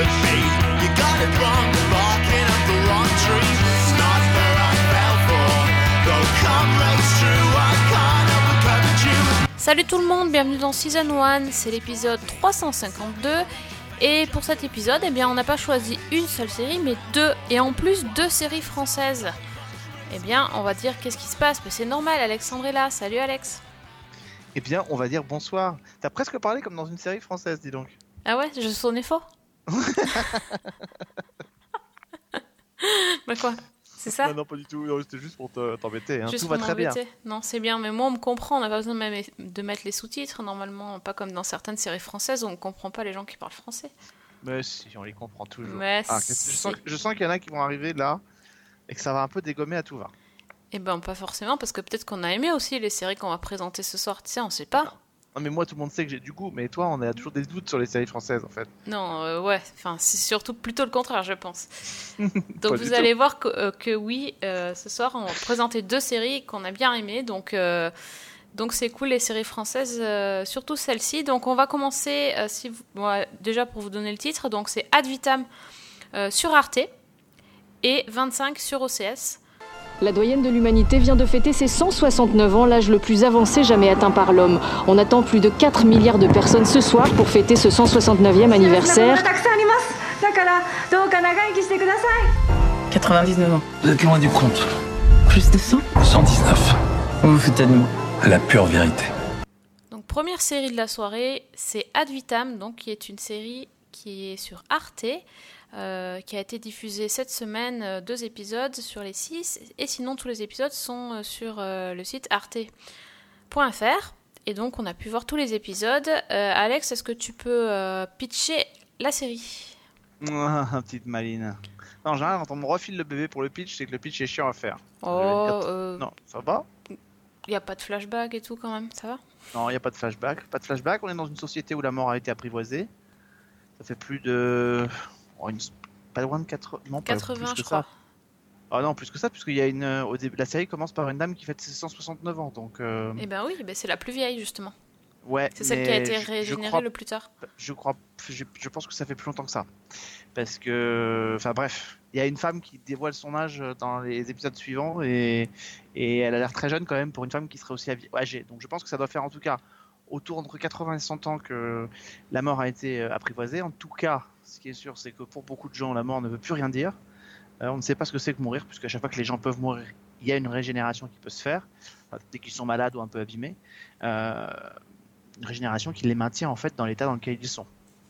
should be. You got it wrong, barking up the wrong tree. It's not where I fell for. Though comrades true, I can't help but covet you. Salut tout le monde, bienvenue dans Season 1, c'est l'épisode 352. Et pour cet épisode, eh bien, on n'a pas choisi une seule série, mais deux, et en plus deux séries françaises. Eh bien, on va dire qu'est-ce qui se passe, mais c'est normal, Alexandre est là. Salut Alex. Eh bien, on va dire bonsoir. T'as presque parlé comme dans une série française, dis donc. Ah ouais, je sonnais fort. Bah quoi, c'est ça? Non, pas du tout. Non, c'était juste pour t'embêter. Hein. Juste Tout pour va très bien. m'embêter. Non, c'est bien, mais moi on me comprend, on n'a pas besoin de mettre les sous-titres, normalement, pas comme dans certaines séries françaises où on ne comprend pas les gens qui parlent français. Mais si, on les comprend toujours. Mais je sens qu'il y en a qui vont arriver là et que ça va un peu dégommer à tout va. Eh ben, pas forcément, parce que peut-être qu'on a aimé aussi les séries qu'on va présenter ce soir, tu sais, on sait pas. Non, mais moi, tout le monde sait que j'ai du goût, mais toi, on a toujours des doutes sur les séries françaises en fait. Non, ouais, enfin, c'est surtout plutôt le contraire, je pense. Donc Pas vous du allez voir que oui, ce soir, on va présenter deux séries qu'on a bien aimées, donc c'est cool les séries françaises, surtout celle-ci. Donc on va commencer, déjà pour vous donner le titre, donc c'est Ad Vitam sur Arte et 25 sur OCS. La doyenne de l'humanité vient de fêter ses 169 ans, l'âge le plus avancé jamais atteint par l'homme. On attend plus de 4 milliards de personnes ce soir pour fêter ce 169e anniversaire. 99 ans. Vous êtes loin du compte. Plus de 100 119. Vous vous foutez de moi. La pure vérité. Donc première série de la soirée, c'est Ad Vitam, donc qui est une série qui est sur Arte, qui a été diffusée cette semaine, 2 épisodes sur les 6, et sinon tous les épisodes sont sur le site arte.fr, et donc on a pu voir tous les épisodes. Alex, est-ce que tu peux pitcher la série? Petite maline. Non, en général, quand on me refile le bébé pour le pitch, c'est que le pitch est chiant à faire. Non, ça va? Il n'y a pas de flashback et tout quand même, ça va? Non, il n'y a pas de flashback. Pas de flashback, on est dans une société où la mort a été apprivoisée. Ça fait plus de... pas loin de 80... Non, 80, plus que je crois. Ah non, plus que ça, puisqu'il y a une... Au début, la série commence par une dame qui fête ses 169 ans, donc... Eh ben oui, c'est la plus vieille, justement. Ouais, c'est celle qui a été régénérée le plus tard. Je pense que ça fait plus longtemps que ça. Parce que... Enfin bref, il y a une femme qui dévoile son âge dans les épisodes suivants, et elle a l'air très jeune quand même pour une femme qui serait aussi âgée. Donc je pense que ça doit faire en tout cas autour entre 80 et 100 ans que la mort a été apprivoisée. En tout cas, ce qui est sûr, c'est que pour beaucoup de gens, la mort ne veut plus rien dire. On ne sait pas ce que c'est que mourir, puisqu'à chaque fois que les gens peuvent mourir, il y a une régénération qui peut se faire, dès qu'ils sont malades ou un peu abîmés. Une régénération qui les maintient en fait dans l'état dans lequel ils sont.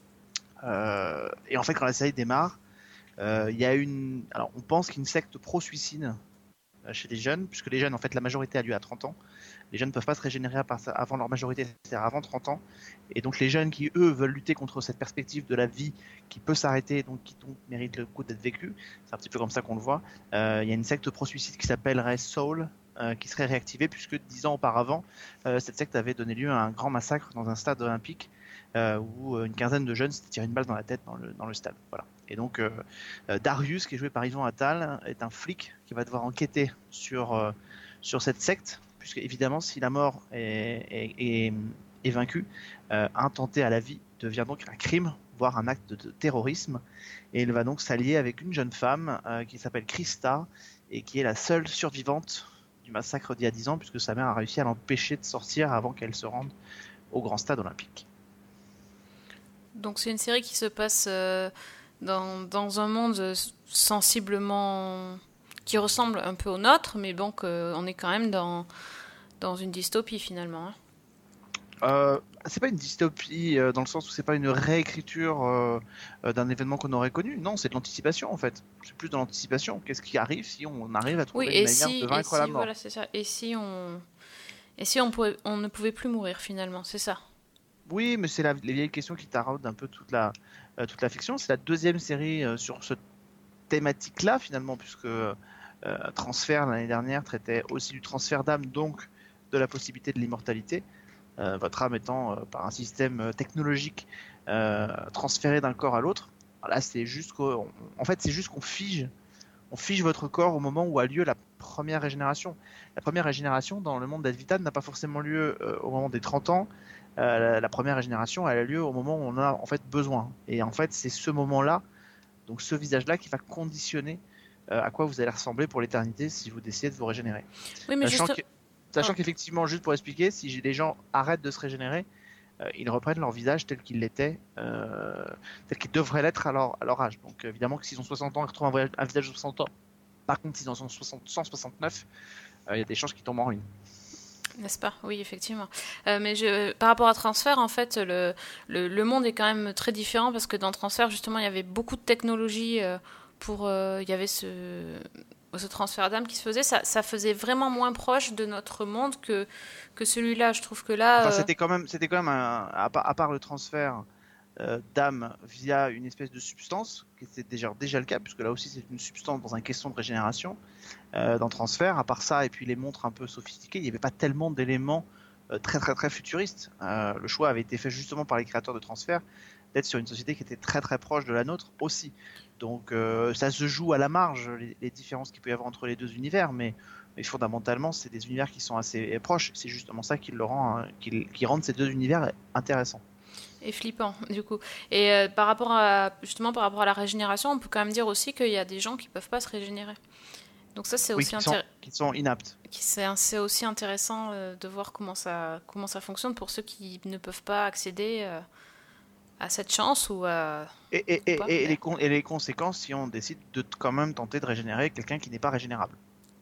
Et en fait, quand la série démarre, il y a alors on pense qu'une secte pro-suicide chez les jeunes, puisque les jeunes, en fait, la majorité a lieu à 30 ans. Les jeunes ne peuvent pas se régénérer avant leur majorité, c'est-à-dire avant 30 ans. Et donc les jeunes qui, eux, veulent lutter contre cette perspective de la vie qui peut s'arrêter, qui mérite le coup d'être vécu, c'est un petit peu comme ça qu'on le voit. Il y a une secte pro-suicide qui s'appellerait Soul, qui serait réactivée, puisque 10 ans auparavant, cette secte avait donné lieu à un grand massacre dans un stade olympique, où une quinzaine de jeunes s'étaient tiré une balle dans la tête dans le stade. Voilà. Et donc Darius, qui est joué par Yvan Attal, est un flic qui va devoir enquêter sur cette secte, puisque évidemment si la mort est vaincue, intenter à la vie devient donc un crime, voire un acte de terrorisme, et il va donc s'allier avec une jeune femme qui s'appelle Krista, et qui est la seule survivante du massacre d'il y a 10 ans, puisque sa mère a réussi à l'empêcher de sortir avant qu'elle se rende au grand stade olympique. Donc c'est une série qui se passe dans un monde sensiblement... qui ressemble un peu au nôtre, mais bon, on est quand même dans une dystopie finalement. C'est pas une dystopie dans le sens où c'est pas une réécriture d'un événement qu'on aurait connu. Non, c'est de l'anticipation en fait. C'est plus de l'anticipation. Qu'est-ce qui arrive si on arrive à trouver une manière de vaincre la mort? Voilà, c'est ça. Et si on ne pouvait plus mourir finalement, c'est ça. Oui, mais c'est les vieilles questions qui taraudent un peu toute la fiction. C'est la deuxième série sur cette thématique-là finalement, puisque Transfert l'année dernière traitait aussi du transfert d'âme, donc de la possibilité de l'immortalité, votre âme étant par un système technologique transférée d'un corps à l'autre. Là, c'est juste qu'on fige votre corps au moment où a lieu la première régénération. La première régénération dans le monde d'Ad Vitam n'a pas forcément lieu au moment des 30 ans, la première régénération, elle a lieu au moment où on en a en fait besoin. Et en fait, c'est ce moment-là, donc ce visage-là, qui va conditionner à quoi vous allez ressembler pour l'éternité si vous décidez de vous régénérer. Oui, mais Sachant qu'effectivement, juste pour expliquer, si les gens arrêtent de se régénérer, ils reprennent leur visage tel qu'il l'était, tel qu'il devrait l'être à leur âge. Donc évidemment que s'ils ont 60 ans, ils retrouvent un visage de 60 ans. Par contre, s'ils en ont 169, il y a des chances qu'ils tombent en ruine. N'est-ce pas? Oui, effectivement. Mais par rapport à Transfert, en fait, le monde est quand même très différent parce que dans Transfert, justement, il y avait beaucoup de technologie il y avait ce transfert d'âme qui se faisait. Ça faisait vraiment moins proche de notre monde que celui-là. Je trouve que là... Enfin, c'était quand même à part le transfert d'âme via une espèce de substance, qui était déjà le cas, puisque là aussi c'est une substance dans un caisson de régénération, dans Transfert. À part ça, et puis les montres un peu sophistiquées, il n'y avait pas tellement d'éléments très très très futuristes. Le choix avait été fait justement par les créateurs de Transfert d'être sur une société qui était très très proche de la nôtre aussi. Donc ça se joue à la marge, les différences qu'il peut y avoir entre les deux univers, mais fondamentalement c'est des univers qui sont assez proches. C'est justement ça qui rendent ces deux univers intéressants. Et flippant, du coup. Et par rapport à la régénération, on peut quand même dire aussi qu'il y a des gens qui peuvent pas se régénérer. Donc ça, c'est aussi qui sont inaptes. C'est aussi intéressant de voir comment ça fonctionne pour ceux qui ne peuvent pas accéder à cette chance ou à... Et les conséquences si on décide de quand même tenter de régénérer quelqu'un qui n'est pas régénérable.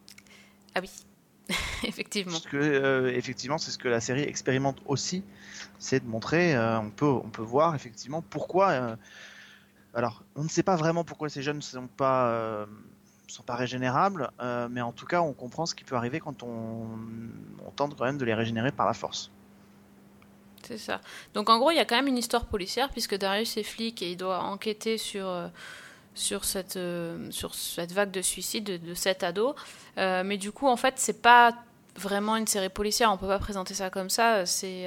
Ah oui. Effectivement. Parce que effectivement, c'est ce que la série expérimente aussi, c'est de montrer, on peut voir effectivement pourquoi. Alors, on ne sait pas vraiment pourquoi ces jeunes ne sont pas régénérables, mais en tout cas, on comprend ce qui peut arriver quand on tente quand même de les régénérer par la force. C'est ça. Donc en gros, il y a quand même une histoire policière puisque Darius est flic et il doit enquêter sur cette vague de suicide de 7 ados. Mais du coup, en fait, c'est pas vraiment une série policière. On peut pas présenter ça comme ça. C'est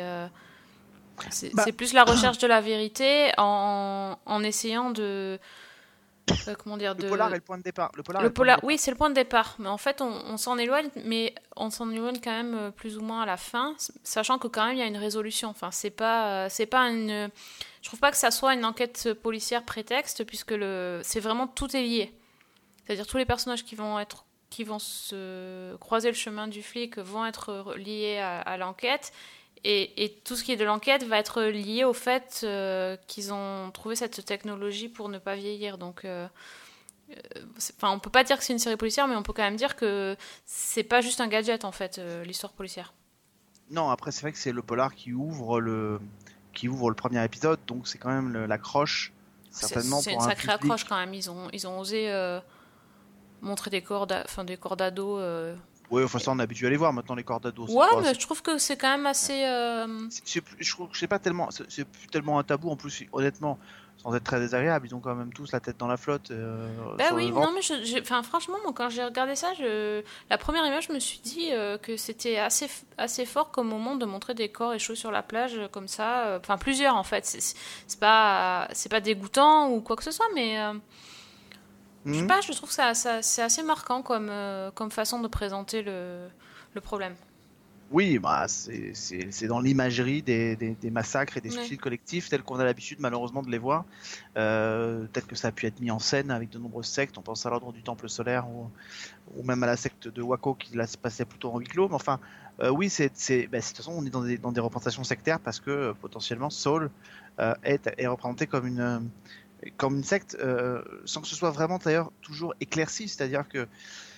plus la recherche de la vérité en essayant de... comment dire, Le polar est le point de départ. Oui, c'est le point de départ. Mais en fait, on s'en éloigne, mais on s'en éloigne quand même plus ou moins à la fin, sachant que quand même il y a une résolution. Enfin, c'est pas une... Je trouve pas que ça soit une enquête policière prétexte, puisque c'est vraiment tout est lié. C'est-à-dire tous les personnages qui vont se croiser le chemin du flic vont être liés à l'enquête. Et tout ce qui est de l'enquête va être lié au fait qu'ils ont trouvé cette technologie pour ne pas vieillir. Donc, on peut pas dire que c'est une série policière, mais on peut quand même dire que c'est pas juste un gadget en fait, l'histoire policière. Non, après c'est vrai que c'est le polar qui ouvre le premier épisode, donc c'est quand même l'accroche certainement. C'est une sacrée accroche quand même. Ils ont osé montrer des corps d'ados. Oui, enfin ça on est habitué à les voir maintenant, les corps d'ados. Ouais, mais je trouve que c'est quand même assez... Je trouve que c'est plus tellement un tabou, en plus honnêtement, sans être très désagréable, ils ont quand même tous la tête dans la flotte. Bah oui, non mais franchement, moi, quand j'ai regardé ça, la première image, je me suis dit que c'était assez fort comme moment de montrer des corps échoués sur la plage comme ça, enfin plusieurs en fait. C'est pas dégoûtant ou quoi que ce soit, mais... Je sais pas, je trouve que c'est assez marquant comme façon de présenter le problème. Oui, bah c'est dans l'imagerie des massacres et des suicides collectifs tels qu'on a l'habitude malheureusement de les voir, tel que ça a pu être mis en scène avec de nombreuses sectes. On pense à l'ordre du Temple solaire ou même à la secte de Waco qui là se passait plutôt en huis clos. Mais enfin, oui, de toute façon on est dans des représentations sectaires parce que potentiellement Saul est représenté comme une secte, sans que ce soit vraiment d'ailleurs toujours éclairci, c'est-à-dire que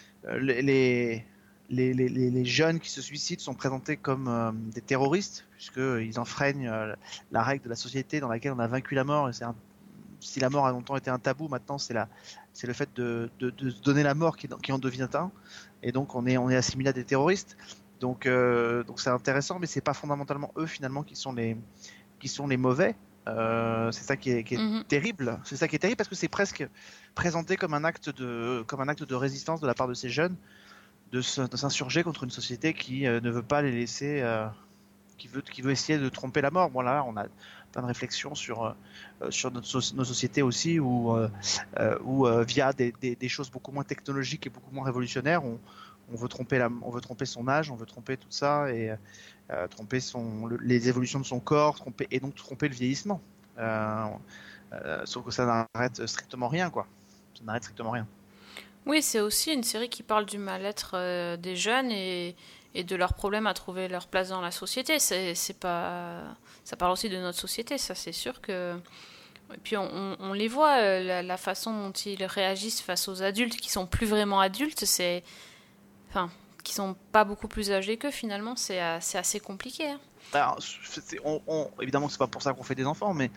les jeunes qui se suicident sont présentés comme des terroristes, puisqu'ils enfreignent la règle de la société dans laquelle on a vaincu la mort. Et si la mort a longtemps été un tabou, maintenant c'est le fait de se donner la mort qui en devient un. Et donc on est assimilé à des terroristes. Donc c'est intéressant, mais c'est pas fondamentalement eux finalement qui sont les mauvais. C'est ça qui est terrible. C'est ça qui est terrible parce que c'est presque présenté comme un acte de résistance de la part de ces jeunes, de s'insurger contre une société qui ne veut pas les laisser, qui veut essayer de tromper la mort. Bon là, on a plein de réflexions sur nos sociétés aussi, où via des choses beaucoup moins technologiques et beaucoup moins révolutionnaires, on veut tromper son âge, on veut tromper tout ça, et tromper les évolutions de son corps, et donc tromper le vieillissement. Sauf que ça n'arrête strictement rien, quoi. Ça n'arrête strictement rien. Oui, c'est aussi une série qui parle du mal-être des jeunes et de leurs problèmes à trouver leur place dans la société. C'est pas... Ça parle aussi de notre société, ça c'est sûr que... Et puis on les voit, la façon dont ils réagissent face aux adultes qui sont plus vraiment adultes, c'est... Enfin, qui sont pas beaucoup plus âgés qu'eux finalement, c'est assez compliqué. Hein. Alors, évidemment, c'est pas pour ça qu'on fait des enfants, mais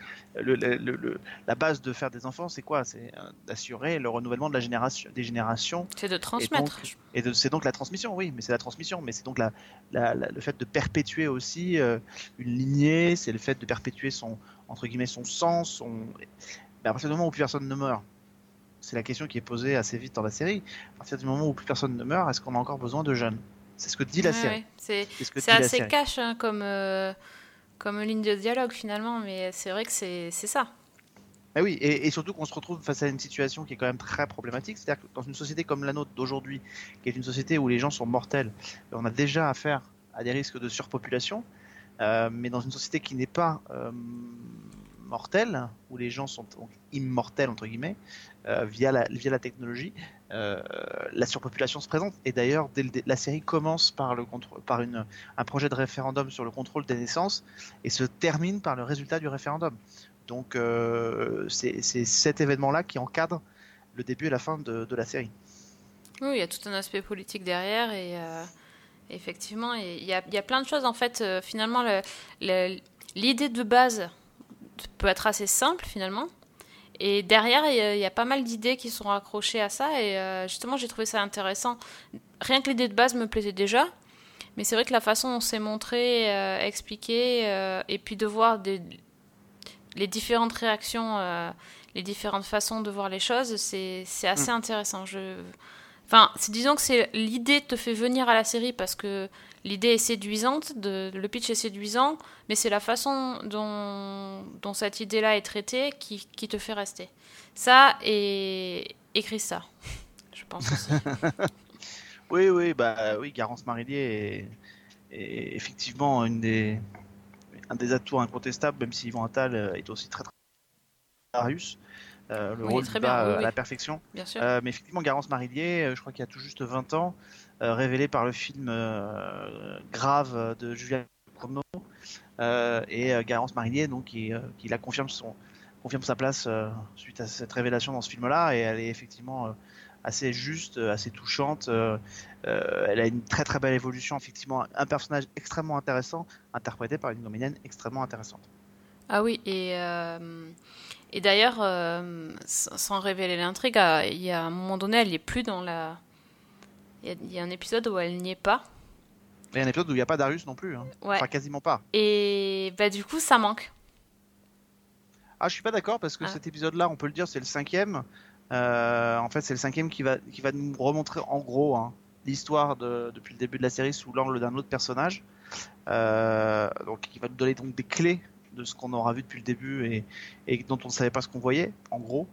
la base de faire des enfants, c'est quoi? C'est d'assurer le renouvellement des générations. C'est de transmettre. C'est donc la transmission, oui, mais c'est la transmission, mais c'est donc le fait de perpétuer aussi une lignée, c'est le fait de perpétuer entre guillemets, son sang, mais à partir du moment où plus personne ne meurt, c'est la question qui est posée assez vite dans la série. À partir du moment où plus personne ne meurt, est-ce qu'on a encore besoin de jeunes? C'est ce que dit la série. Ouais. C'est assez cash hein, comme ligne de dialogue finalement, mais c'est vrai que c'est ça. Ah oui, et surtout qu'on se retrouve face à une situation qui est quand même très problématique, c'est-à-dire que dans une société comme la nôtre d'aujourd'hui, qui est une société où les gens sont mortels, on a déjà affaire à des risques de surpopulation, mais dans une société qui n'est pas mortelle, où les gens sont donc immortels entre guillemets, via la technologie, la surpopulation se présente. Et d'ailleurs, la série commence par un projet de référendum sur le contrôle des naissances et se termine par le résultat du référendum. Donc c'est cet événement-là qui encadre le début et la fin de la série. Oui, il y a tout un aspect politique derrière et effectivement, il y a plein de choses en fait. Finalement, l'idée de base peut être assez simple finalement. Et derrière, il y a pas mal d'idées qui sont raccrochées à ça. Et justement, j'ai trouvé ça intéressant. Rien que l'idée de base me plaisait déjà. Mais c'est vrai que la façon dont c'est montré, expliqué, et puis de voir les différentes réactions, les différentes façons de voir les choses, c'est assez intéressant. Enfin, disons que l'idée te fait venir à la série parce que l'idée est séduisante, le pitch est séduisant, mais c'est la façon dont cette idée-là est traitée qui te fait rester. Ça et Krista, je pense aussi. Oui, Garance Marillier est effectivement un des atouts incontestables, même si Yvan Attal est aussi très très Darius. Le rôle très bat bien, à la perfection. Bien sûr. Mais effectivement, Garance Marillier, je crois qu'il y a tout juste 20 ans, révélé par le film Grave de Julia Ducournau, et Garance Marillier, donc qui la confirme sa place suite à cette révélation dans ce film-là, et elle est effectivement assez juste, assez touchante. Elle a une très très belle évolution, effectivement, un personnage extrêmement intéressant, interprété par une comédienne extrêmement intéressante. Ah oui, et d'ailleurs, sans révéler l'intrigue, il y a un moment donné, elle n'y est plus dans la... Il y a un épisode où elle n'y est pas. Il y a un épisode où il n'y a pas Darius non plus, hein. Ouais. Enfin quasiment pas. Et du coup, ça manque. Ah, je suis pas d'accord parce que cet épisode-là, on peut le dire, c'est le 5e. En fait, c'est le 5e qui va nous remontrer en gros l'histoire depuis le début de la série sous l'angle d'un autre personnage. Donc, qui va nous donner donc des clés de ce qu'on aura vu depuis le début et dont on ne savait pas ce qu'on voyait, en gros.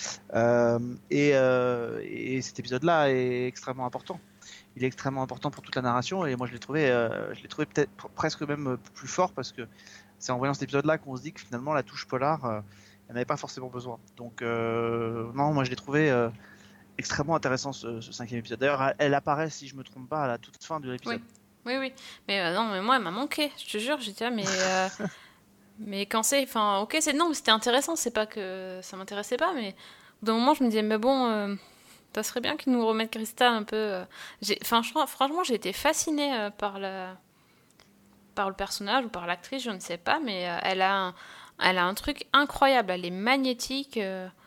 Et cet épisode-là est extrêmement important. Il est extrêmement important pour toute la narration et moi je l'ai trouvé peut-être presque même plus fort parce que c'est en voyant cet épisode-là qu'on se dit que finalement la touche polar, elle n'avait pas forcément besoin. Donc non, moi je l'ai trouvé extrêmement intéressant ce 5e épisode. D'ailleurs, elle apparaît, si je me trompe pas, à la toute fin de l'épisode. Oui. Mais non, mais moi elle m'a manqué. Je te jure, j'étais là, mais mais quand ok, non, mais c'était intéressant. C'est pas que ça m'intéressait pas, mais au bout d'un moment je me disais, mais bon. Ça serait bien qu'ils nous remettent Krista un peu. Franchement, j'ai été fascinée par le personnage ou par l'actrice, je ne sais pas, mais elle a un truc incroyable. Elle est magnétique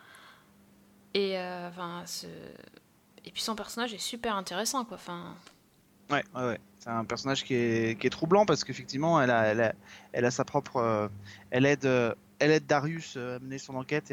et puis son personnage est super intéressant, quoi. Ouais. C'est un personnage qui est troublant parce qu'effectivement, elle a sa propre. Elle aide Darius à mener son enquête et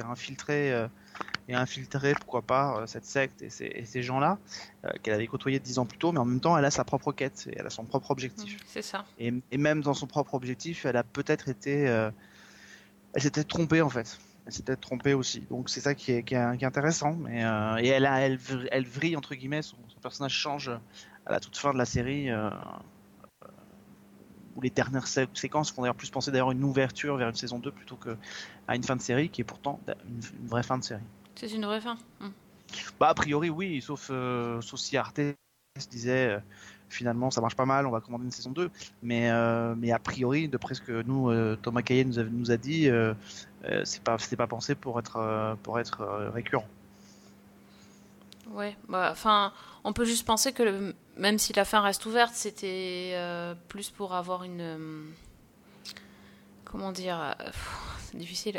à infiltrer, pourquoi pas, cette secte et ces gens-là qu'elle avait côtoyés 10 ans plus tôt, mais en même temps, elle a sa propre quête et elle a son propre objectif. C'est ça. Et même dans son propre objectif, elle a peut-être été. Elle s'était trompée en fait. Elle s'était trompée aussi. Donc c'est ça qui est intéressant. Et elle vrille entre guillemets. Son personnage change à la toute fin de la série. où les dernières séquences font d'ailleurs plus penser d'ailleurs à une ouverture vers une saison 2 plutôt qu'à une fin de série qui est pourtant une vraie fin de série. C'est une vraie fin. Bah a priori oui, sauf si Arte se disait finalement ça marche pas mal, on va commander une saison 2, mais a priori d'après ce que Thomas Caillet nous a dit, c'était pas pensé pour être récurrent. Ouais, enfin, on peut juste penser que même si la fin reste ouverte, c'était plus pour avoir une... comment dire, c'est difficile.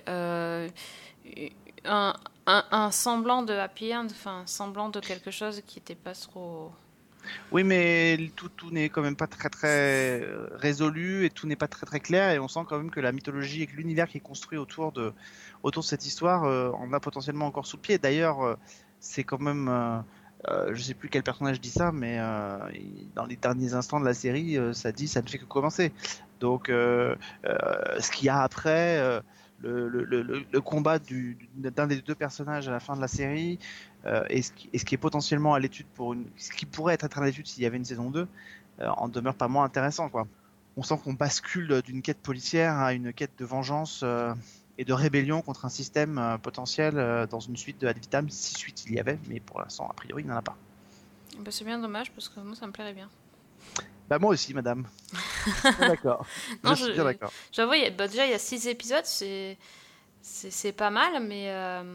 Un semblant de happy end, enfin, semblant de quelque chose qui n'était pas trop... Oui, mais tout n'est quand même pas très très résolu et tout n'est pas très très clair et on sent quand même que la mythologie et que l'univers qui est construit autour de cette histoire en a potentiellement encore sous le pied. D'ailleurs, c'est quand même, je sais plus quel personnage dit ça, mais dans les derniers instants de la série, ça ne fait que commencer. Donc, ce qu'il y a après, le combat d'un des deux personnages à la fin de la série, et ce qui est potentiellement à l'étude ce qui pourrait être à l'étude s'il y avait une saison 2, en demeure pas moins intéressant, quoi. On sent qu'on bascule d'une quête policière à une quête de vengeance et de rébellion contre un système potentiel dans une suite de Ad Vitam, si suite il y avait, mais pour l'instant, a priori, il n'y en a pas. Bah, c'est bien dommage parce que moi ça me plairait bien. Bah moi aussi, madame. D'accord. Non, je suis bien d'accord. J'avoue, déjà il y a 6 épisodes, c'est pas mal, mais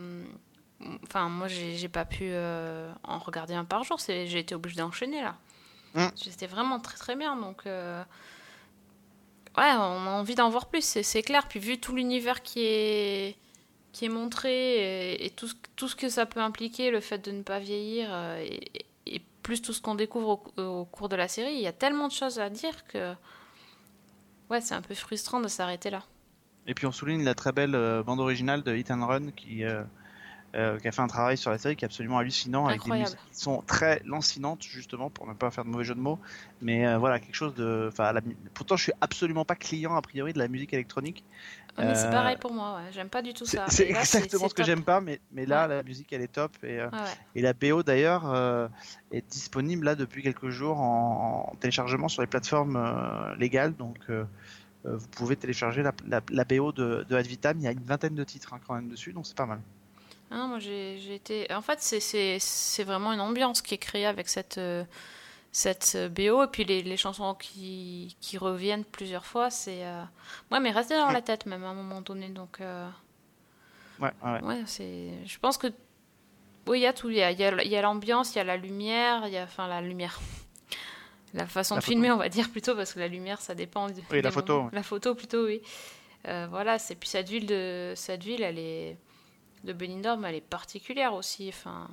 enfin moi j'ai pas pu en regarder un par jour, j'ai été obligée d'enchaîner là. C'était vraiment très très bien, donc ouais, on a envie d'en voir plus, c'est clair. Puis vu tout l'univers qui est montré et tout ce que ça peut impliquer, le fait de ne pas vieillir et plus tout ce qu'on découvre au cours de la série, il y a tellement de choses à dire que ouais, c'est un peu frustrant de s'arrêter là. Et puis on souligne la très belle bande originale de Hit and Run qui a fait un travail sur la série qui est absolument hallucinant. Incroyable. Avec des musiques qui sont très lancinantes justement pour ne pas faire de mauvais jeu de mots, mais voilà, quelque chose de... Pourtant je suis absolument pas client a priori de la musique électronique. Mais c'est pareil pour moi, ouais. J'aime pas du tout ça. C'est là, exactement ce que top. j'aime pas, mais là la musique elle est top et la BO d'ailleurs est disponible là depuis quelques jours en téléchargement sur les plateformes légales, donc vous pouvez télécharger la BO de Ad Vitam. Il y a une vingtaine de titres quand même dessus, donc c'est pas mal. Ah, moi j'ai été... En fait c'est vraiment une ambiance qui est créée avec cette BO, et puis les chansons qui reviennent plusieurs fois, c'est... Ouais, mais rester dans la tête même à un moment donné, donc... Ouais, je pense que... Oui, il y a tout, il y a l'ambiance, il y a la lumière, enfin la lumière... La façon de filmer, on va dire plutôt, parce que la lumière, ça dépend. Oui, la photo. La photo plutôt, oui. Voilà, puis cette ville, elle est... de Benidorm, elle est particulière aussi, enfin...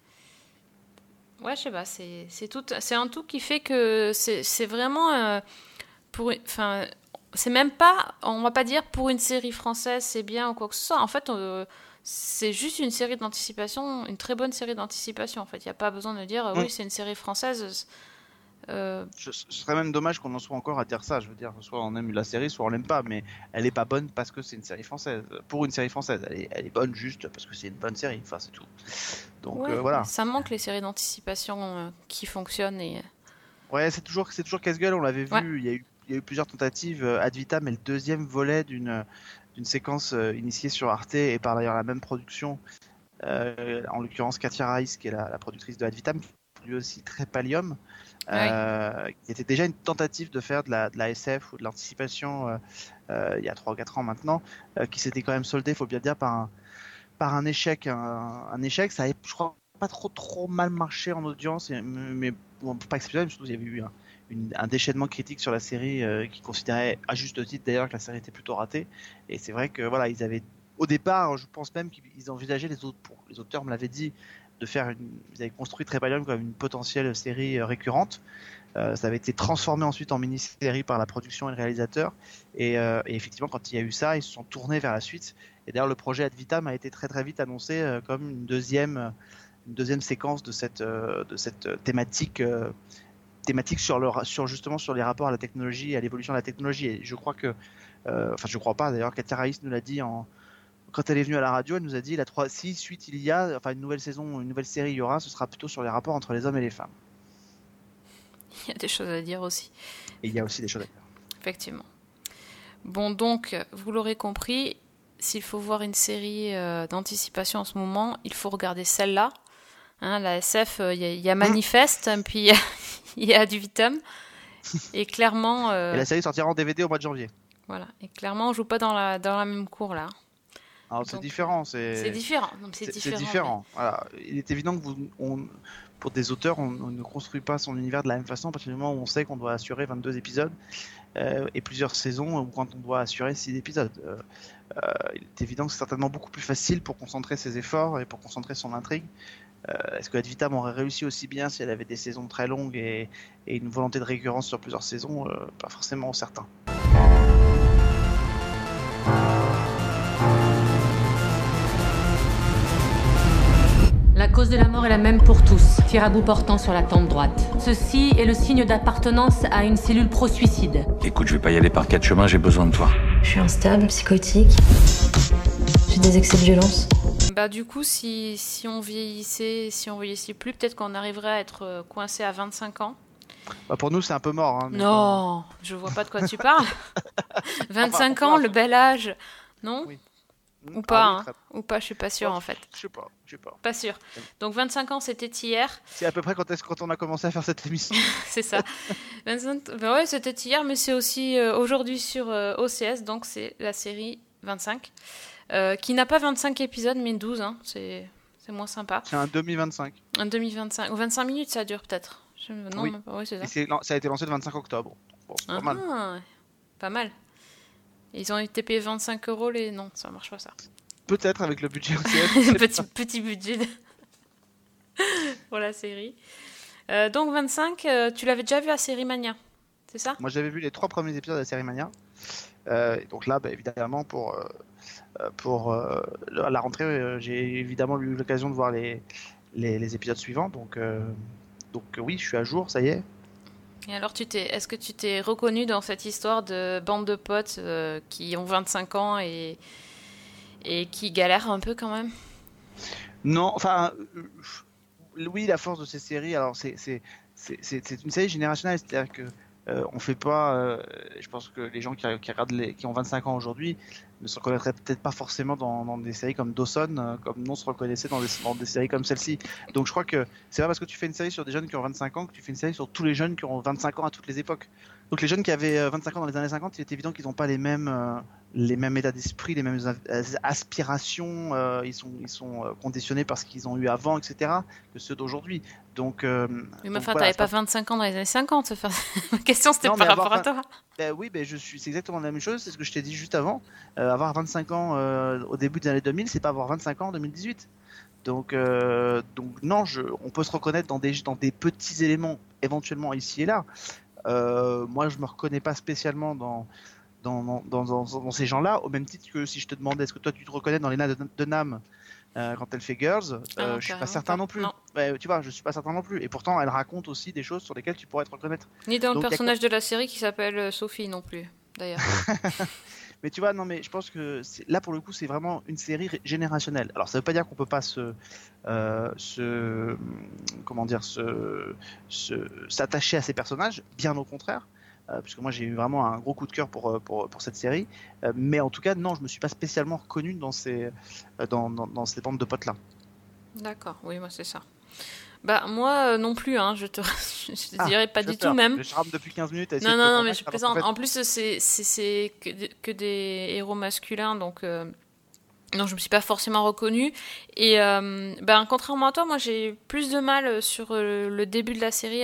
Ouais, je sais pas, c'est un tout qui fait que c'est vraiment enfin, c'est même pas, on va pas dire pour une série française c'est bien ou quoi que ce soit. En fait, c'est juste une série d'anticipation, une très bonne série d'anticipation. En fait, il y a pas besoin de dire oui, c'est une série française. Ce serait même dommage qu'on en soit encore à dire ça. Je veux dire, soit on aime la série, soit on l'aime pas, mais elle est pas bonne parce que c'est une série française. Pour une série française, elle est bonne juste parce que c'est une bonne série. Enfin, c'est tout. Donc voilà. Ça manque les séries d'anticipation qui fonctionnent et. Ouais, c'est toujours casse-gueule. On l'avait vu. Ouais. Il y a eu plusieurs tentatives. Ad Vitam est le deuxième volet d'une séquence initiée sur Arte et par d'ailleurs la même production. En l'occurrence, Katia Reiss, qui est la productrice de Ad Vitam, qui est lui aussi Trépalium. Qui était déjà une tentative de faire de la SF ou de l'anticipation il y a 3 ou 4 ans maintenant, qui s'était quand même soldé, il faut bien dire, par un échec. Un échec, ça avait, je crois, pas trop mal marché en audience, mais bon, pas exceptionnel, surtout il y avait eu un déchaînement critique sur la série qui considérait, à juste titre d'ailleurs, que la série était plutôt ratée. Et c'est vrai que voilà, ils avaient, au départ, je pense même qu'ils envisageaient, les auteurs me l'avaient dit, ils avaient construit Trépalium comme une potentielle série récurrente. Ça avait été transformé ensuite en mini-série par la production et le réalisateur. Et effectivement, quand il y a eu ça, ils se sont tournés vers la suite. Et d'ailleurs, le projet Ad Vitam a été très très vite annoncé comme une deuxième séquence de cette thématique justement sur les rapports à la technologie et à l'évolution de la technologie. Et je crois que, je crois pas d'ailleurs, Katia Reiss nous l'a dit quand elle est venue à la radio, elle nous a dit si suite il y a, enfin une nouvelle saison, une nouvelle série il y aura, ce sera plutôt sur les rapports entre les hommes et les femmes. Il y a des choses à dire aussi. Et il y a aussi des choses à dire. effectivement. Bon, donc, vous l'aurez compris, s'il faut voir une série d'anticipation en ce moment, il faut regarder celle-là. Hein, la SF, il y a Manifeste, puis il y a Ad Vitam. Et clairement... Et la série sortira en DVD au mois de janvier. Voilà. Et clairement, on joue pas dans la même cour, là. Alors, c'est différent. C'est différent. Non, c'est différent. Mais... Voilà. Il est évident que pour des auteurs, on ne construit pas son univers de la même façon à partir du moment où on sait qu'on doit assurer 22 épisodes et plusieurs saisons, ou quand on doit assurer 6 épisodes. Il est évident que c'est certainement beaucoup plus facile pour concentrer ses efforts et pour concentrer son intrigue. Est-ce que Ad Vitam aurait réussi aussi bien si elle avait des saisons très longues et une volonté de récurrence sur plusieurs saisons? Pas forcément certain. La cause de la mort est la même pour tous. Tir à bout portant sur la tempe droite. Ceci est le signe d'appartenance à une cellule pro-suicide. Écoute, je vais pas y aller par 4 chemins, j'ai besoin de toi. Je suis instable, psychotique. J'ai des excès de violence. Bah du coup, si on vieillissait plus, peut-être qu'on arriverait à être coincé à 25 ans. Bah pour nous, c'est un peu mort. Hein, non, je vois pas de quoi tu parles. 25 ans, le bel âge. Non? Oui. Ou pas, oui, ou pas, je suis pas sûre en fait. Je sais pas. Pas sûre. Donc 25 ans, c'était hier. C'est à peu près quand on a commencé à faire cette émission. C'est ça. 25... Ben ouais, c'était hier, mais c'est aussi aujourd'hui sur OCS, donc c'est la série 25, qui n'a pas 25 épisodes, mais 12, hein. C'est moins sympa. C'est un demi-25. Un demi-25, ou 25 minutes, ça dure peut-être. Non, oui. Ouais, c'est ça. Et ça a été lancé le 25 octobre. Bon, c'est pas mal. Pas mal. Ils ont été payés 25 €, les... Non, ça marche pas ça. Peut-être avec le budget aussi. petit budget pour la série. Donc 25, tu l'avais déjà vu à Série Mania, c'est ça? Moi j'avais vu les 3 premiers épisodes de la Série Mania. Donc là, bah, évidemment, pour la rentrée, j'ai évidemment eu l'occasion de voir les épisodes suivants. Donc oui, je suis à jour, ça y est. Et alors, est-ce que tu t'es reconnu dans cette histoire de bande de potes qui ont 25 ans et qui galèrent un peu quand même? Non, enfin, oui, la force de ces séries, alors c'est une série générationnelle, c'est-à-dire que on fait pas, je pense que les gens qui regardent qui ont 25 ans aujourd'hui ne se reconnaîtraient peut-être pas forcément dans des séries comme Dawson, comme non se reconnaissaient dans des séries comme celle-ci. Donc je crois que c'est pas parce que tu fais une série sur des jeunes qui ont 25 ans que tu fais une série sur tous les jeunes qui ont 25 ans à toutes les époques. Donc les jeunes qui avaient 25 ans dans les années 50, il est évident qu'ils n'ont pas les mêmes états d'esprit, les mêmes aspirations, ils sont conditionnés par ce qu'ils ont eu avant, etc., que ceux d'aujourd'hui. Donc, mais enfin, voilà, t'avais pas 25 ans dans les années 50. Ma question, c'était par rapport à toi. Oui, c'est exactement la même chose, c'est ce que je t'ai dit juste avant. Avoir 25 ans au début des années 2000, c'est pas avoir 25 ans en 2018. Donc non, on peut se reconnaître dans des petits éléments, éventuellement ici et là. Moi, je me reconnais pas spécialement dans ces gens-là, au même titre que si je te demandais est-ce que toi tu te reconnais dans Lena Dunham quand elle fait Girls, je suis pas certain non plus. Tu vois, je suis pas certain non plus. Et pourtant, elle raconte aussi des choses sur lesquelles tu pourrais te reconnaître. Ni dans le personnage de la série qui s'appelle Sophie non plus, d'ailleurs. Mais tu vois, non, mais je pense que là pour le coup, c'est vraiment une série générationnelle. Alors, ça veut pas dire qu'on peut pas s'attacher à ces personnages, bien au contraire. Puisque moi j'ai eu vraiment un gros coup de cœur pour cette série, mais en tout cas non, je me suis pas spécialement reconnu dans ces bandes de potes là. D'accord, oui, moi c'est ça. Bah moi non plus, hein, je te dirais pas du tout même. Je charme depuis 15 minutes. Non, mais je plaisante. En plus c'est que des héros masculins, donc non, je me suis pas forcément reconnue. Et contrairement à toi, moi j'ai plus de mal sur le début de la série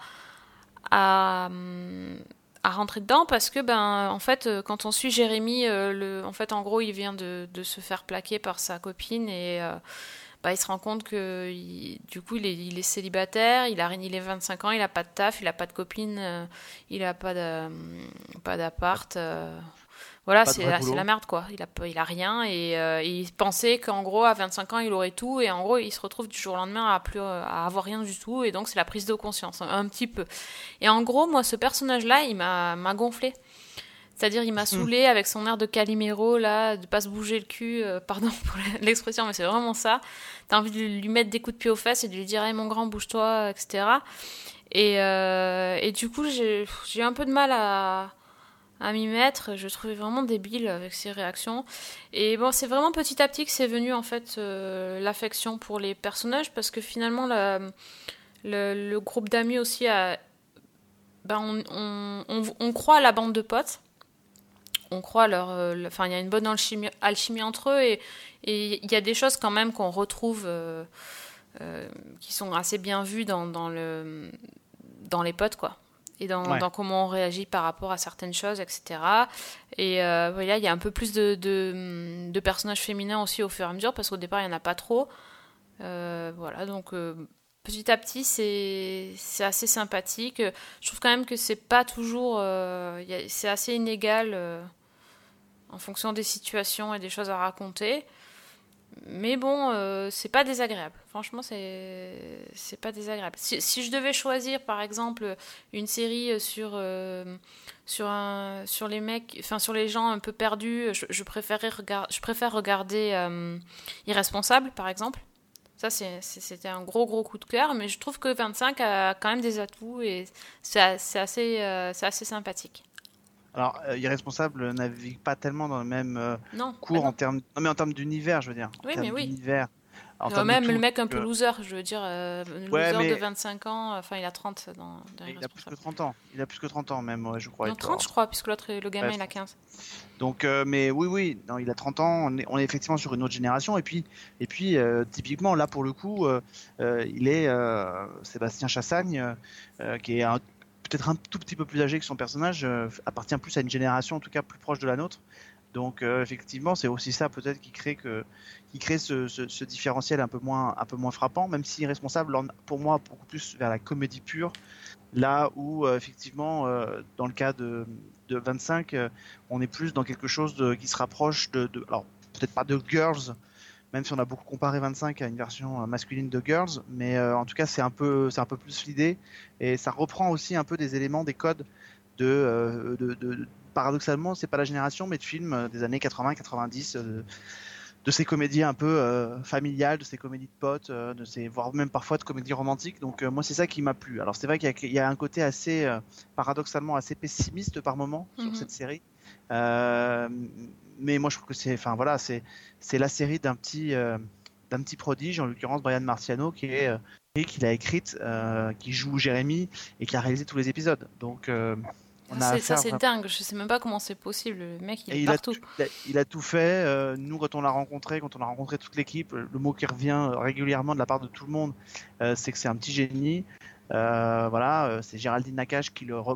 à rentrer dedans parce que en fait quand on suit Jérémy, en fait en gros il vient de se faire plaquer par sa copine et il se rend compte que du coup il est célibataire, il est 25 ans, il a pas de taf, il a pas de copine, il a pas d'appart, voilà, c'est la merde quoi. Il a rien et il pensait qu'en gros à 25 ans il aurait tout et en gros il se retrouve du jour au lendemain à avoir rien du tout et donc c'est la prise de conscience un petit peu. Et en gros moi ce personnage là il m'a gonflé. C'est-à-dire il m'a saoulé avec son air de Calimero là, de pas se bouger le cul, pardon pour l'expression mais c'est vraiment ça. T'as envie de lui mettre des coups de pied aux fesses et de lui dire hey, mon grand bouge-toi, etc. Et du coup j'ai un peu de mal à m'y mettre. Je le trouvais vraiment débile avec ses réactions. Et bon, c'est vraiment petit à petit que c'est venu en fait l'affection pour les personnages, parce que finalement le groupe d'amis aussi on croit à la bande de potes. On croit il y a une bonne alchimie entre eux, et il y a des choses quand même qu'on retrouve qui sont assez bien vues dans les potes, quoi. Et dans comment on réagit par rapport à certaines choses, etc. Et voilà, il y a un peu plus de personnages féminins aussi au fur et à mesure, parce qu'au départ, il n'y en a pas trop. Voilà, donc petit à petit, c'est assez sympathique. Je trouve quand même que c'est pas toujours... c'est assez inégal en fonction des situations et des choses à raconter. Mais bon, c'est pas désagréable. Franchement, c'est pas désagréable. Si je devais choisir, par exemple, une série sur les mecs, enfin sur les gens un peu perdus, je préfère regarder Irresponsable, par exemple. Ça, c'était un gros coup de cœur, mais je trouve que 25 a quand même des atouts et c'est assez sympathique. Alors, Irresponsable navigue pas tellement dans le même cours non. en termes... Non, mais en termes d'univers, je veux dire. Oui, mais oui. D'univers, même le mec un peu loser, je veux dire, de 25 ans, enfin il a 30 dans il a plus que 30 ans. Il a plus que 30 ans même, je crois. Non, 30 je crois, puisque le gamin il a 15. Donc, mais oui, non, il a 30 ans, on est effectivement sur une autre génération, et puis typiquement là pour le coup, il est Sébastien Chassagne, qui est peut-être un tout petit peu plus âgé que son personnage, appartient plus à une génération en tout cas plus proche de la nôtre. Donc effectivement, c'est aussi ça peut-être qui crée ce différentiel un peu moins frappant, même si Irresponsable, pour moi, beaucoup plus vers la comédie pure, là où effectivement, dans le cas de 25, on est plus dans quelque chose qui se rapproche alors peut-être pas de Girls, même si on a beaucoup comparé 25 à une version masculine de Girls, mais en tout cas c'est un peu plus l'idée, et ça reprend aussi un peu des éléments, des codes paradoxalement, c'est pas la génération, mais de films des années 80-90, de ces comédies un peu familiales, de ces comédies de potes, voire même parfois de comédies romantiques. Donc moi, c'est ça qui m'a plu. Alors c'est vrai qu'il y a un côté assez, paradoxalement, assez pessimiste par moment sur cette série. Mais moi, je trouve que c'est la série d'un petit prodige, en l'occurrence Brian Marciano, qui l'a écrite, qui joue Jérémy et qui a réalisé tous les épisodes. Donc c'est dingue, je sais même pas comment c'est possible, le mec il est partout. Il a tout fait, nous quand on l'a rencontré, toute l'équipe, le mot qui revient régulièrement de la part de tout le monde, c'est que c'est un petit génie. C'est Géraldine Nakache qui le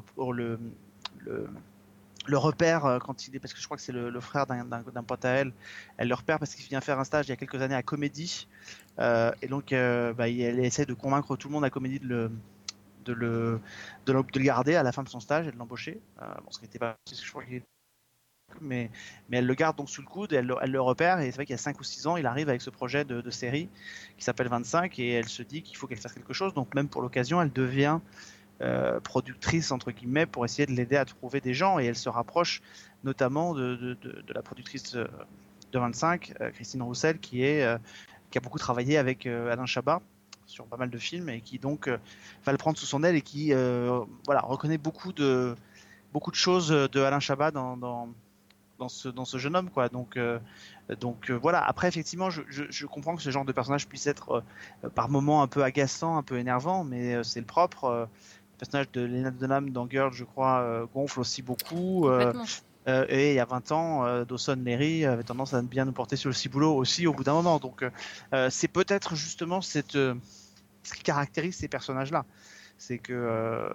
repère quand il est, parce que je crois que c'est le frère d'un pote à elle le repère parce qu'il vient faire un stage il y a quelques années à Comédie, et donc elle essaie de convaincre tout le monde à Comédie de le garder à la fin de son stage et de l'embaucher. Ce qui n'était pas, je crois mais elle le garde donc sous le coude, et elle le repère, et c'est vrai qu'il y a 5 ou 6 ans, il arrive avec ce projet de série qui s'appelle 25, et elle se dit qu'il faut qu'elle fasse quelque chose, donc même pour l'occasion, elle devient productrice entre guillemets pour essayer de l'aider à trouver des gens, et elle se rapproche notamment de la productrice de 25, Christine Roussel, qui a beaucoup travaillé avec Alain Chabat sur pas mal de films, et qui donc va le prendre sous son aile, et qui reconnaît beaucoup de choses de Alain Chabat dans ce jeune homme, quoi. Donc voilà. Après, effectivement, je comprends que ce genre de personnage puisse être par moments un peu agaçant, un peu énervant, mais c'est le propre. Le personnage de Lena Dunham dans Girl, je crois, gonfle aussi beaucoup. Et il y a 20 ans, Dawson Leary avait tendance à bien nous porter sur le ciboulot aussi au bout d'un moment. Donc c'est peut-être justement ce qui caractérise ces personnages-là. C'est que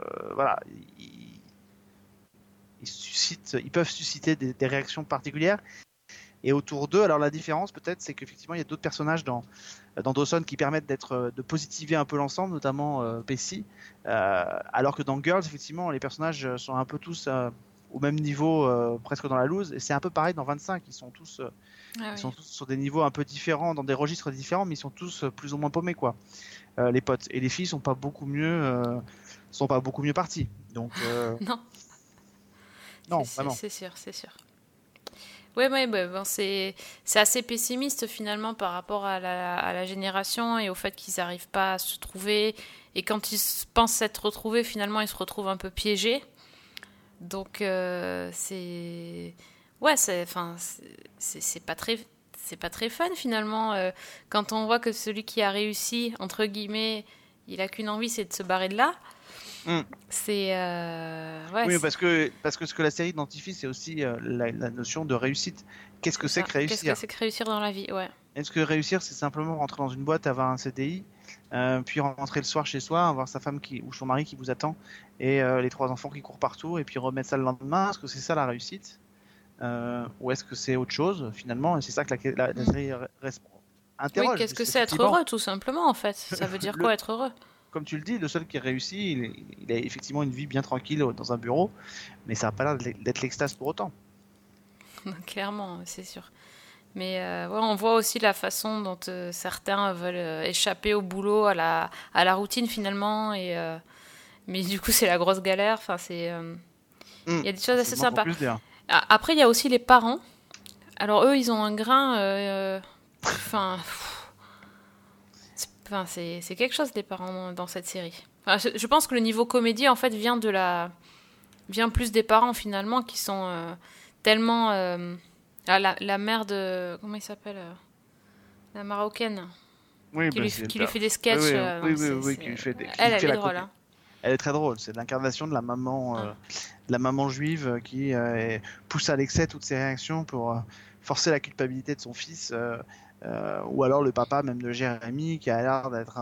ils peuvent susciter des réactions particulières. Et autour d'eux, alors la différence peut-être, c'est qu'effectivement il y a d'autres personnages dans Dawson qui permettent de positiver un peu l'ensemble, notamment Pacey, alors que dans Girls, effectivement, les personnages sont un peu tous au même niveau, presque dans la loose, et c'est un peu pareil dans 25, ils sont tous sur des niveaux un peu différents, dans des registres différents, mais ils sont tous plus ou moins paumés, quoi, les potes. Et les filles sont pas beaucoup mieux parties. Donc non, vraiment. C'est sûr. Oui, bon, c'est assez pessimiste finalement par rapport à la génération et au fait qu'ils n'arrivent pas à se trouver. Et quand ils pensent s'être retrouvés, finalement, ils se retrouvent un peu piégés. Donc c'est pas très fun finalement quand on voit que celui qui a réussi entre guillemets, il a qu'une envie, c'est de se barrer de là. C'est oui, parce que ce que la série identifie, c'est aussi la notion de réussite. Qu'est-ce que c'est que réussir? Qu'est-ce que c'est que réussir dans la vie? Ouais. Est-ce que réussir, c'est simplement rentrer dans une boîte, avoir un CDI, puis rentrer le soir chez soi, avoir sa femme ou son mari qui vous attend, et les 3 enfants qui courent partout, et puis remettre ça le lendemain? Est-ce que c'est ça la réussite? Ou est-ce que c'est autre chose finalement? Et c'est ça que la série interroge. Oui, qu'est-ce que c'est être heureux, tout simplement, en fait? Ça veut dire quoi être heureux? Comme tu le dis, le seul qui réussit, il a effectivement une vie bien tranquille dans un bureau, mais ça n'a pas l'air d'être l'extase pour autant. Clairement, c'est sûr. Mais on voit aussi la façon dont certains veulent échapper au boulot, à la routine finalement, mais du coup c'est la grosse galère. Enfin, il y a des choses assez sympas. Après, il y a aussi les parents. Alors eux, ils ont un grain. C'est quelque chose, les parents dans cette série. Enfin, je pense que le niveau comédie en fait vient plus des parents finalement qui sont tellement la mère de comment il s'appelle la marocaine qui lui fait des sketchs. Oui, qui lui fait des. Elle est drôle. Hein. Elle est très drôle. C'est l'incarnation de la maman juive qui pousse à l'excès toutes ses réactions pour forcer la culpabilité de son fils. Ou alors le papa même de Jérémy qui a l'air d'être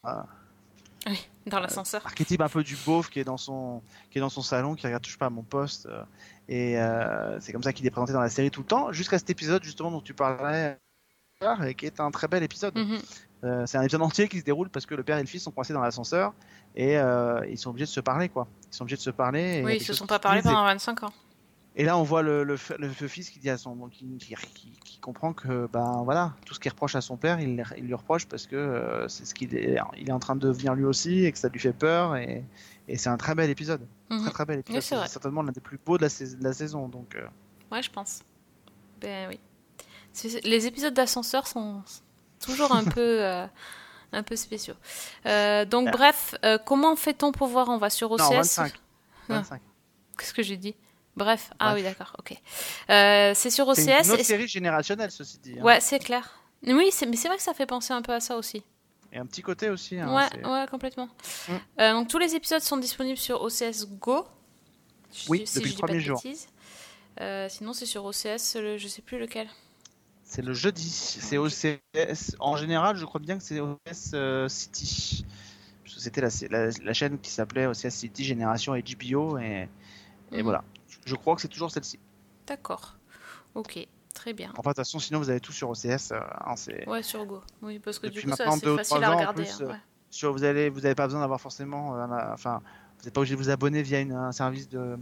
oui, dans l'ascenseur. Archétype un peu du beauf qui est dans son salon, qui regarde touche pas à mon poste. Et c'est comme ça qu'il est présenté dans la série tout le temps, jusqu'à cet épisode justement dont tu parlais, et qui est un très bel épisode. C'est un épisode entier qui se déroule parce que le père et le fils sont coincés dans l'ascenseur et ils sont obligés de se parler, quoi. Ils sont obligés de se parler. Oui, ils se sont pas parlé pendant 25 ans. Et là, on voit le fils qui dit à qui comprend que voilà, tout ce qu'il reproche à son père, il lui reproche parce que c'est ce qu'il est en train de devenir lui aussi et que ça lui fait peur et c'est un très bel épisode. Très bel épisode. Oui, c'est certainement l'un des plus beaux de la saison. Donc. Ouais, je pense. Ben oui. Les épisodes d'ascenseur sont toujours un peu spéciaux. Donc bref, comment fait-on pour voir? On va sur OCS. Non, 25. Qu'est-ce que j'ai dit? Bref, oui, d'accord, ok. C'est sur OCS. C'est une autre série générationnelle, ceci dit. Hein. Ouais, c'est clair. Oui, mais c'est vrai que ça fait penser un peu à ça aussi. Et un petit côté aussi. Hein, ouais, complètement. Donc tous les épisodes sont disponibles sur OCS Go. Oui, depuis le premier jour. Sinon, c'est sur OCS, je sais plus lequel. C'est le jeudi. C'est OCS. En général, je crois bien que c'est OCS City. C'était la chaîne qui s'appelait OCS City Génération HBO et voilà. Je crois que c'est toujours celle-ci. D'accord. Ok, très bien. Enfin, de toute façon, sinon vous avez tout sur OCS. Ouais, sur Go. Oui, parce que depuis du coup, c'est maintenant 2 ou 3 facile à ans, regarder. En plus, vous n'avez pas besoin d'avoir forcément. Vous n'êtes pas obligé de vous abonner via un service de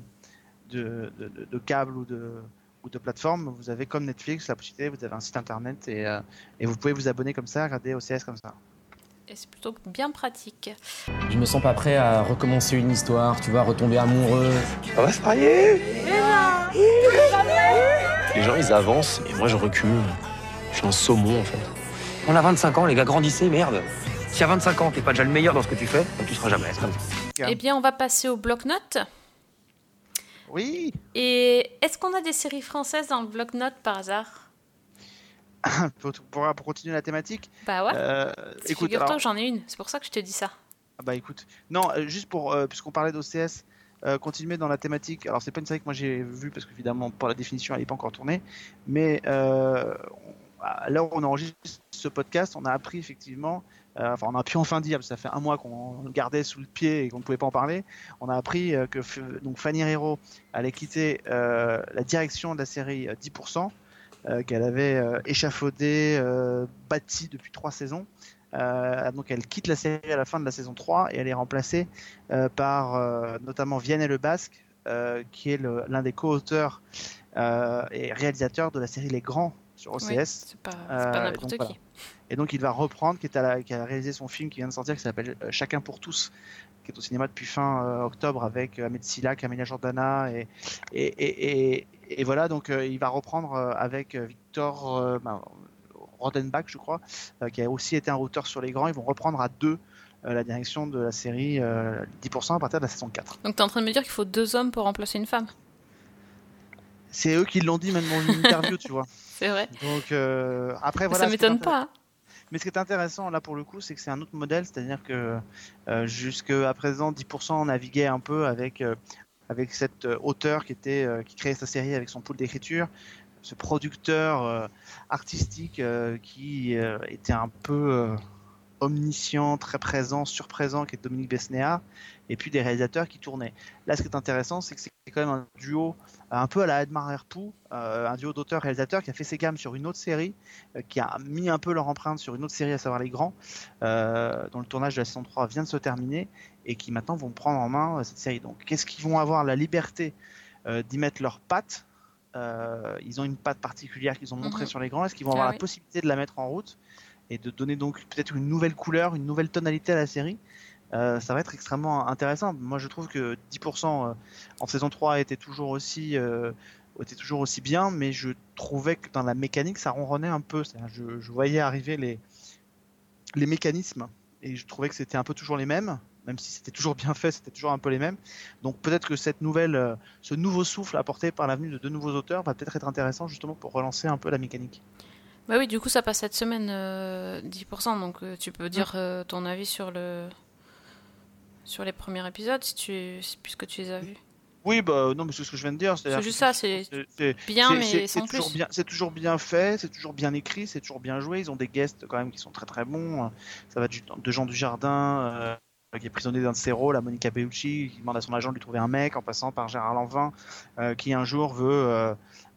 câble ou de plateforme. Vous avez comme Netflix la possibilité. Vous avez un site internet et vous pouvez vous abonner comme ça, regarder OCS comme ça. Et c'est plutôt bien pratique. Je me sens pas prêt à recommencer une histoire, tu vois, retomber amoureux. On va se marier. Les gens, ils avancent et moi, je recule. Je suis un saumon, en fait. On a 25 ans, les gars, grandissez, merde. Si à 25 ans, t'es pas déjà le meilleur dans ce que tu fais, tu seras jamais. C'est comme ça. Eh bien, on va passer au bloc-notes. Oui. Et est-ce qu'on a des séries françaises dans le bloc-notes par hasard? pour continuer la thématique. Bah ouais. Écoute, figure-toi que j'en ai une. C'est pour ça que je te dis ça. Bah écoute, non, juste puisqu'on parlait d'OCS, continuer dans la thématique. Alors c'est pas une série que moi j'ai vue parce qu'évidemment pour la définition elle n'est pas encore tournée, mais là où on enregistre ce podcast, on a appris effectivement, on a pu enfin dire, parce que ça fait un mois qu'on le gardait sous le pied et qu'on ne pouvait pas en parler, on a appris que donc Fanny Herrero allait quitter la direction de la série 10%. Qu'elle avait échafaudé, bâti depuis 3 saisons. Donc elle quitte la série à la fin de la saison 3 et elle est remplacée par notamment Vianney Le Basque, qui est l'un des co-auteurs et réalisateurs de la série Les Grands sur OCS. Oui, c'est pas n'importe qui. Voilà. Et donc il va reprendre, qui a réalisé son film qui vient de sortir, qui s'appelle Chacun pour tous, qui est au cinéma depuis fin octobre avec Ahmed Silla, Camélia Jordana et voilà, donc il va reprendre avec Victor Rodenbach, je crois, qui a aussi été un auteur sur Les Grands. Ils vont reprendre à 2 la direction de la série 10% à partir de la saison 4. Donc t'es en train de me dire qu'il faut 2 hommes pour remplacer une femme? C'est eux qui l'ont dit même dans une interview, tu vois. C'est vrai. Donc après voilà. Ça m'étonne pas. Hein. Mais ce qui est intéressant là pour le coup, c'est que c'est un autre modèle, c'est-à-dire que jusqu'à présent 10% naviguait un peu avec cet auteur qui créait sa série avec son pool d'écriture, ce producteur artistique qui était un peu omniscient, très présent, surprésent, qui est Dominique Besnéard, et puis des réalisateurs qui tournaient. Là, ce qui est intéressant, c'est que c'est quand même un duo un peu à la Edmar Herpou, un duo d'auteurs-réalisateurs qui a fait ses gammes sur une autre série, qui a mis un peu leur empreinte sur une autre série, à savoir Les Grands, dont le tournage de la saison 3 vient de se terminer, et qui maintenant vont prendre en main cette série. Donc, qu'est-ce qu'ils vont avoir la liberté d'y mettre leurs pattes? Ils ont une patte particulière qu'ils ont montrée sur Les Grands. Est-ce qu'ils vont avoir la possibilité de la mettre en route et de donner donc peut-être une nouvelle couleur, une nouvelle tonalité à la série? Ça va être extrêmement intéressant. Moi, je trouve que 10% en saison 3 était toujours aussi bien, mais je trouvais que dans la mécanique, ça ronronnait un peu. Je voyais arriver les mécanismes et je trouvais que c'était un peu toujours les mêmes, même si c'était toujours bien fait, c'était toujours un peu les mêmes. Donc peut-être que ce nouveau souffle apporté par l'avenue de 2 nouveaux auteurs va peut-être être intéressant justement pour relancer un peu la mécanique. Bah oui, du coup ça passe cette semaine 10%, donc tu peux dire ton avis sur les premiers épisodes puisque tu les as vus. Oui, bah non, mais c'est ce que je viens de dire. C'est juste ça, c'est bien, mais sans plus. C'est toujours bien fait, c'est toujours bien écrit, c'est toujours bien joué. Ils ont des guests quand même qui sont très très bons. Ça va de Jean Dujardin, qui est prisonnier d'un de ses rôles, à Monica Bellucci, qui demande à son agent de lui trouver un mec, en passant par Gérard Lanvin, qui un jour veut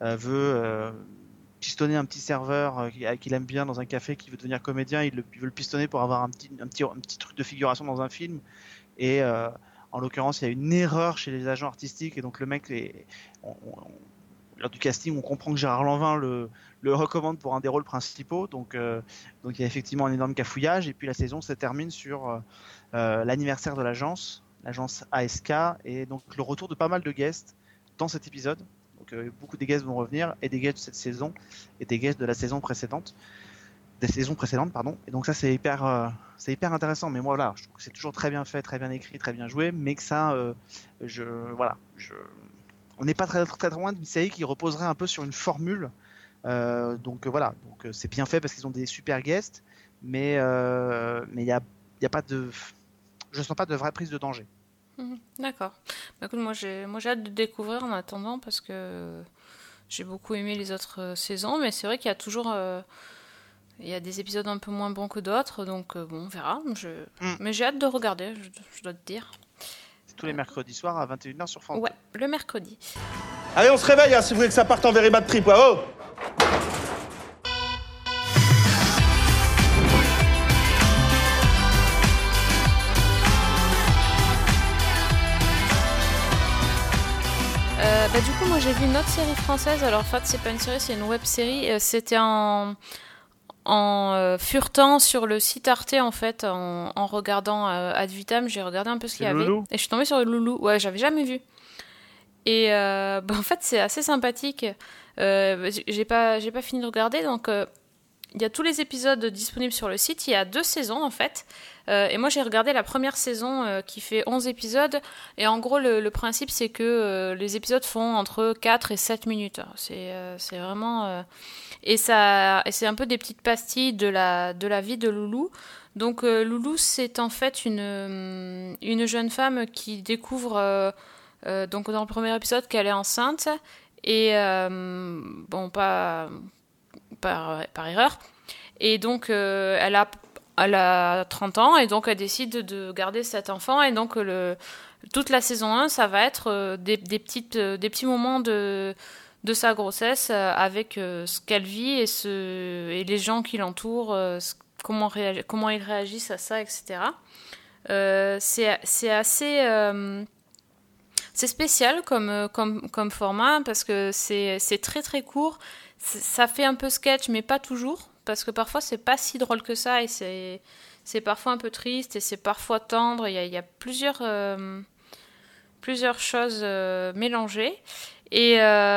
pistonner un petit serveur qu'il aime bien dans un café, qui veut devenir comédien. Il veut le pistonner pour avoir un petit truc de figuration dans un film. Et en l'occurrence, il y a une erreur chez les agents artistiques, et donc le mec, lors du casting, on comprend que Gérard Lanvin le recommande pour un des rôles principaux. Donc il y a effectivement un énorme cafouillage, et puis la saison se termine sur l'anniversaire de l'agence ASK, et donc le retour de pas mal de guests dans cet épisode. Donc beaucoup des guests vont revenir, et des guests de cette saison, et des guests de la saison précédente. Des saisons précédentes, pardon. Et donc ça, c'est hyper intéressant. Mais moi, voilà, je trouve que c'est toujours très bien fait, très bien écrit, très bien joué, mais que ça, on n'est pas très, très, très loin d'une série qui reposerait un peu sur une formule. Donc c'est bien fait parce qu'ils ont des super guests, mais il y a pas de, je sens pas de vraie prise de danger. D'accord. Bah, écoute, moi j'ai hâte de découvrir en attendant, parce que j'ai beaucoup aimé les autres saisons, mais c'est vrai qu'il y a toujours il y a des épisodes un peu moins bons que d'autres, donc on verra. Mais j'ai hâte de regarder, je dois te dire. C'est tous les mercredis soirs à 21h sur France. Ouais, le mercredi. Allez, on se réveille, si vous voulez que ça parte en very bad trip, oh! Du coup, moi j'ai vu une autre série française. Alors en fait, c'est pas une série, c'est une web série. C'était en furetant sur le site Arte, en fait, en regardant Ad Vitam, j'ai regardé un peu ce qu'il y avait. Loulou. Et je suis tombée sur le Loulou. Ouais, j'avais jamais vu. Et en fait, c'est assez sympathique. J'ai pas fini de regarder, donc il y a tous les épisodes disponibles sur le site. Il y a 2 saisons, en fait. Et moi, j'ai regardé la première saison qui fait 11 épisodes. Et en gros, le principe, c'est que les épisodes font entre 4 et 7 minutes. C'est vraiment... Et c'est un peu des petites pastilles de la vie de Loulou. Donc, Loulou, c'est en fait une jeune femme qui découvre, donc dans le premier épisode, qu'elle est enceinte. Et, par erreur. Et donc, elle a 30 ans, et donc elle décide de garder cet enfant. Et donc, toute la saison 1, ça va être des petits moments de sa grossesse avec ce qu'elle vit et les gens qui l'entourent, comment ils réagissent à ça, etc. C'est assez... c'est spécial comme format, parce que c'est très très court. Ça fait un peu sketch, mais pas toujours, parce que parfois c'est pas si drôle que ça, et c'est parfois un peu triste, et c'est parfois tendre. Il y a plusieurs choses mélangées, et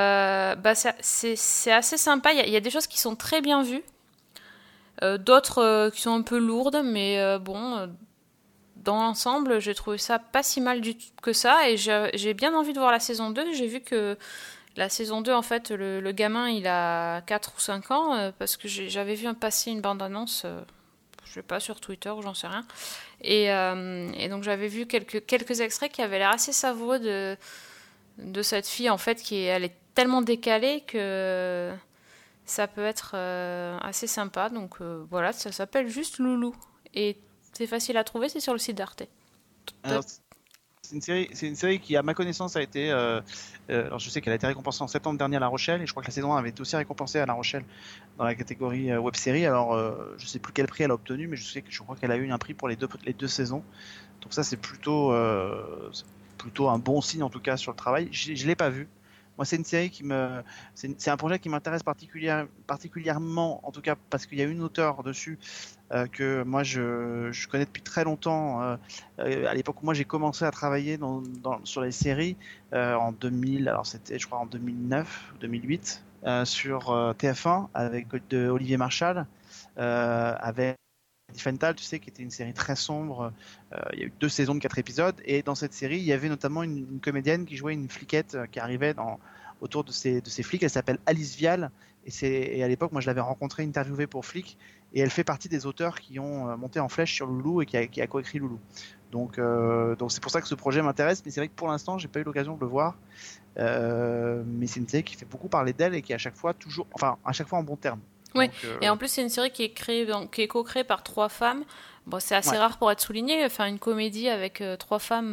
c'est assez sympa. Il y a des choses qui sont très bien vues, d'autres qui sont un peu lourdes, mais dans l'ensemble, j'ai trouvé ça pas si mal que ça, et j'ai bien envie de voir la saison 2. J'ai vu que la saison 2, en fait, le gamin, il a 4 ou 5 ans, parce que j'avais vu passer une bande-annonce, je sais pas, sur Twitter, ou j'en sais rien. Et donc j'avais vu quelques extraits qui avaient l'air assez savoureux de cette fille, en fait, elle est tellement décalée que ça peut être assez sympa. Donc voilà, ça s'appelle juste Loulou. Et c'est facile à trouver, c'est sur le site d'Arte. Alors, c'est une série qui, à ma connaissance, a été... alors je sais qu'elle a été récompensée en septembre dernier à La Rochelle, et je crois que la saison 1 avait été aussi récompensée à La Rochelle dans la catégorie web-série. Alors je sais plus quel prix elle a obtenu, mais je crois qu'elle a eu un prix pour les deux saisons. Donc ça, c'est plutôt un bon signe, en tout cas, sur le travail. Je l'ai pas vu. Moi, c'est une série c'est un projet qui m'intéresse particulièrement, en tout cas parce qu'il y a une auteure dessus que moi je connais depuis très longtemps. À l'époque où moi j'ai commencé à travailler sur les séries en 2000, alors c'était je crois en 2009 ou 2008 sur TF1 avec de Olivier Marchal, avec Fental, tu sais, qui était une série très sombre. Il y a eu 2 saisons de 4 épisodes, et dans cette série, il y avait notamment une comédienne qui jouait une fliquette qui arrivait autour de ces flics. Elle s'appelle Alice Vial, et à l'époque, moi, je l'avais rencontrée, interviewée pour Flic, et elle fait partie des auteurs qui ont monté en flèche sur Loulou et qui a coécrit Loulou. Donc c'est pour ça que ce projet m'intéresse, mais c'est vrai que pour l'instant, j'ai pas eu l'occasion de le voir. Mais c'est une série qui fait beaucoup parler d'elle et qui est à chaque fois en bon terme. Oui, et en plus c'est une série qui est co-créée par 3 femmes. Bon, c'est assez rare pour être souligné. Enfin, une comédie avec 3 femmes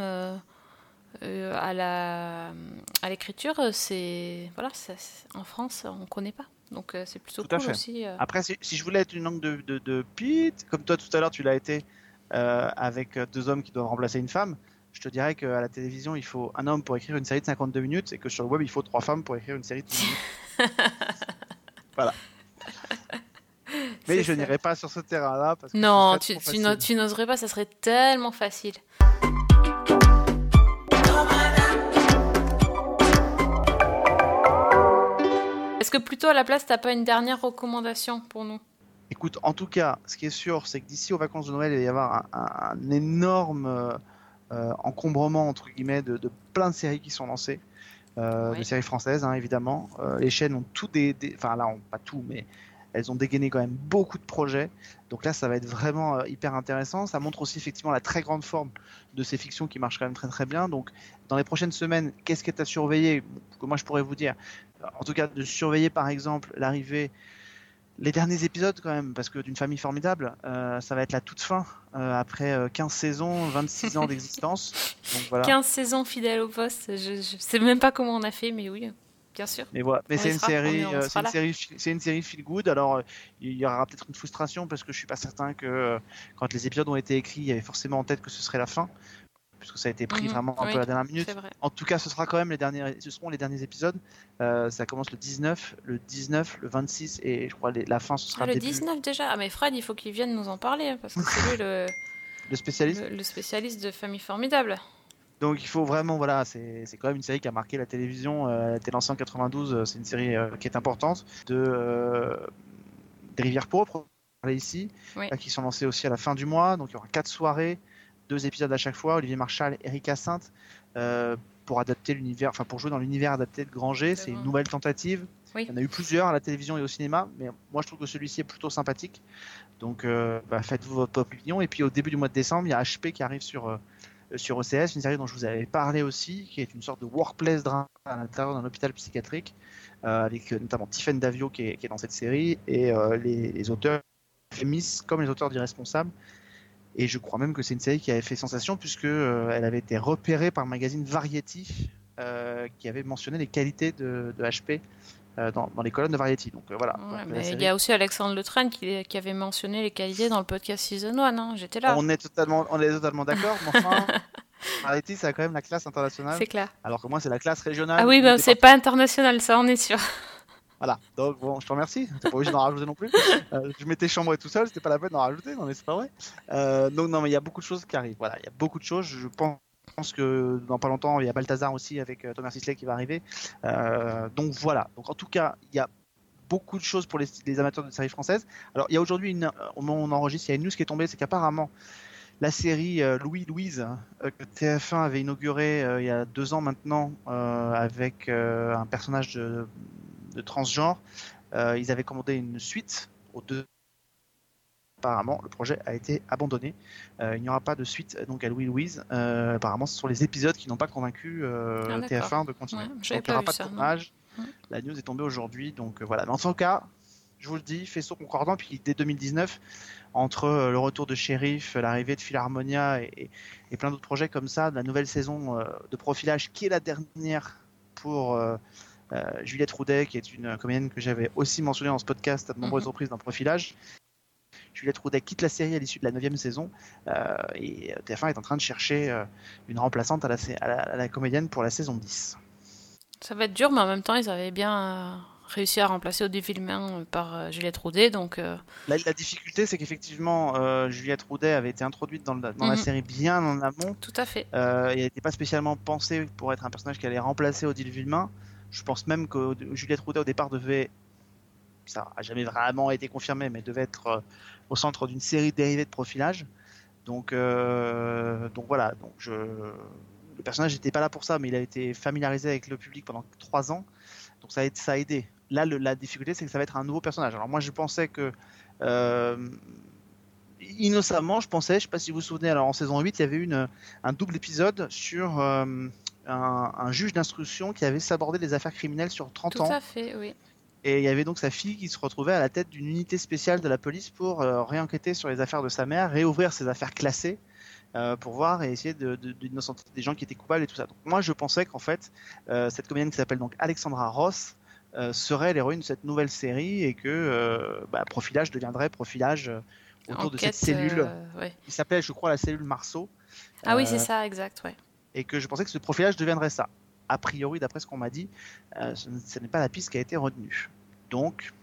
à l'écriture, en France, on connaît pas. Donc c'est plutôt tout cool aussi. Après, si je voulais être une langue de Pete, comme toi tout à l'heure tu l'as été, avec 2 hommes qui doivent remplacer une femme, je te dirais qu'à la télévision il faut un homme pour écrire une série de 52 minutes, et que sur le web il faut 3 femmes pour écrire une série de 10 minutes. Voilà. Mais je n'irai pas sur ce terrain-là. Parce que non, tu n'oserais pas, ça serait tellement facile. Est-ce que plutôt à la place, t'as pas une dernière recommandation pour nous ? Écoute, en tout cas, ce qui est sûr, c'est que d'ici aux vacances de Noël, il va y avoir un énorme encombrement, entre guillemets, de plein de séries qui sont lancées. De séries françaises, hein, évidemment. Les chaînes ont enfin là, pas tout, mais elles ont dégainé quand même beaucoup de projets. Donc là, ça va être vraiment hyper intéressant. Ça montre aussi effectivement la très grande forme de ces fictions qui marchent quand même très très bien. Donc dans les prochaines semaines, qu'est-ce qui est à surveiller ? Que moi je pourrais vous dire, en tout cas de surveiller par exemple les derniers épisodes quand même, parce que d'une famille formidable, ça va être la toute fin, après 15 saisons, 26 ans d'existence. Donc, voilà. 15 saisons fidèles au poste, je sais même pas comment on a fait, mais oui, bien sûr. Mais voilà, mais c'est une série feel good. Alors il y aura peut-être une frustration parce que je suis pas certain que quand les épisodes ont été écrits, il y avait forcément en tête que ce serait la fin, puisque ça a été pris vraiment un peu à la dernière minute. En tout cas, ce seront les derniers épisodes. Ça commence le 19, le 26, et je crois la fin, ce sera le 19 déjà. Ah mais Fred, il faut qu'il vienne nous en parler, parce que c'est lui le spécialiste. Le spécialiste de Famille Formidable. Donc il faut vraiment, voilà, c'est quand même une série qui a marqué la télévision. Elle a été lancée en 92, c'est une série qui est importante. Des Rivières pourpres, ici, qui sont lancées aussi à la fin du mois. Donc il y aura 4 soirées, 2 épisodes à chaque fois. Olivier Marchal, Erika Sainte, pour adapter l'univers, pour jouer dans l'univers adapté de Granger. C'est une nouvelle tentative. Oui. Il y en a eu plusieurs à la télévision et au cinéma, mais moi je trouve que celui-ci est plutôt sympathique. Donc faites-vous votre opinion. Et puis au début du mois de décembre, il y a HP qui arrive sur OCS, une série dont je vous avais parlé aussi, qui est une sorte de workplace drama à l'intérieur d'un hôpital psychiatrique, avec notamment Tiffaine Davio qui est dans cette série, et les auteurs Fémis comme les auteurs d'Irresponsables. Et je crois même que c'est une série qui avait fait sensation, puisque elle avait été repérée par le magazine Variety, qui avait mentionné les qualités de HP dans les colonnes de Variety. Donc voilà. Ouais, mais il y a aussi Alexandre Letraine qui avait mentionné les qualités dans le podcast Season 1, hein. J'étais là. On est totalement d'accord, mais enfin, Variety, ça a quand même la classe internationale. C'est clair. Alors que moi, c'est la classe régionale. Ah oui, c'est pas international, ça, on est sûr. Voilà, donc bon, je te remercie. T'es pas obligé d'en rajouter non plus. Je m'étais chambré tout seul, c'était pas la peine d'en rajouter. Non, mais c'est pas vrai. Donc non, mais il y a beaucoup de choses qui arrivent. Voilà, il y a beaucoup de choses. Je pense que dans pas longtemps, il y a Balthazar aussi avec Thomas Sisley qui va arriver. Donc voilà. Donc en tout cas, il y a beaucoup de choses pour les amateurs de séries françaises. Alors il y a aujourd'hui, au moment où on enregistre, il y a une news qui est tombée, c'est qu'apparemment la série Louis-Louise que TF1 avait inaugurée il y a 2 ans maintenant avec un personnage de transgenre. Ils avaient commandé une suite aux 2. Apparemment, le projet a été abandonné. Il n'y aura pas de suite donc à Louis-Louise. Apparemment, ce sont les épisodes qui n'ont pas convaincu TF1 de continuer. Donc, il n'y aura pas de tournage. La news est tombée aujourd'hui. Donc voilà. Mais en tout cas, je vous le dis, faisceau concordant. Puis dès 2019, entre le retour de Shérif, l'arrivée de Philharmonia et plein d'autres projets comme ça, de la nouvelle saison de Profilage qui est la dernière pour Juliette Roudet, qui est une comédienne que j'avais aussi mentionnée dans ce podcast à de nombreuses reprises dans Profilage. Juliette Roudet quitte la série à l'issue de la 9e saison et TF1 est en train de chercher une remplaçante à la comédienne pour la saison 10. Ça va être dur, mais en même temps, ils avaient bien réussi à remplacer Odile Villemain par Juliette Roudet. Donc, la difficulté, c'est qu'effectivement, Juliette Roudet avait été introduite dans la série bien en amont. Tout à fait. Elle n'était pas spécialement pensée pour être un personnage qui allait remplacer Odile Villemain. Je pense même que Juliette Roudet, au départ, ça n'a jamais vraiment été confirmé, mais devait être au centre d'une série dérivée de Profilage. Donc voilà. Le personnage n'était pas là pour ça, mais il a été familiarisé avec le public pendant 3 ans. Donc ça a aidé. Là, la difficulté, c'est que ça va être un nouveau personnage. Alors moi, je pensais que... innocemment, je sais pas si vous vous souvenez, alors en saison 8, il y avait eu un double épisode sur un juge d'instruction qui avait sabordé les affaires criminelles sur 30 ans. Tout à fait, oui. Et il y avait donc sa fille qui se retrouvait à la tête d'une unité spéciale de la police pour réenquêter sur les affaires de sa mère, réouvrir ses affaires classées pour voir et essayer d'innocenter des gens qui étaient coupables et tout ça. Donc moi je pensais qu'en fait cette comédienne qui s'appelle donc Alexandra Ross serait l'héroïne de cette nouvelle série et que Profilage deviendrait Profilage autour de cette cellule qui s'appelait, je crois, la cellule Marceau. Ah oui, c'est ça, exact, ouais. Et que je pensais que ce Profilage deviendrait ça. A priori, d'après ce qu'on m'a dit, ce n'est pas la piste qui a été retenue. Donc,